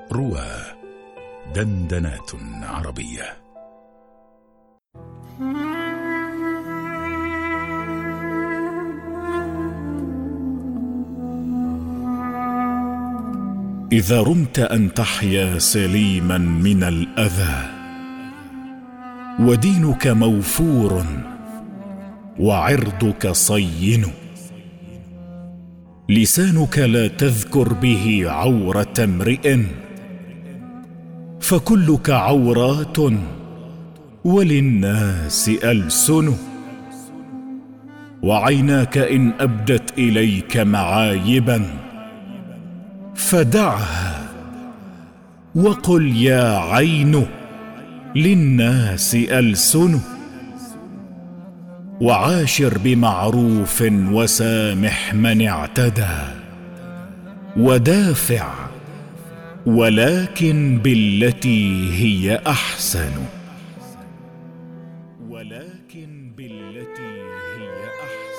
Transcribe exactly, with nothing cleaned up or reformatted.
روى دندنات عربية. إذا رمت أن تحيا سليما من الأذى ودينك موفور وعرضك صين، لسانك لا تذكر به عورة امرئ، فكلك عورات وللناس ألسن، وعيناك إن أبدت إليك معايبا فدعها وقل يا عين للناس ألسن، وعاشر بمعروف وسامح من اعتدى، ودافع ولكن بالتي هي أحسن، ولكن بالتي هي أحسن.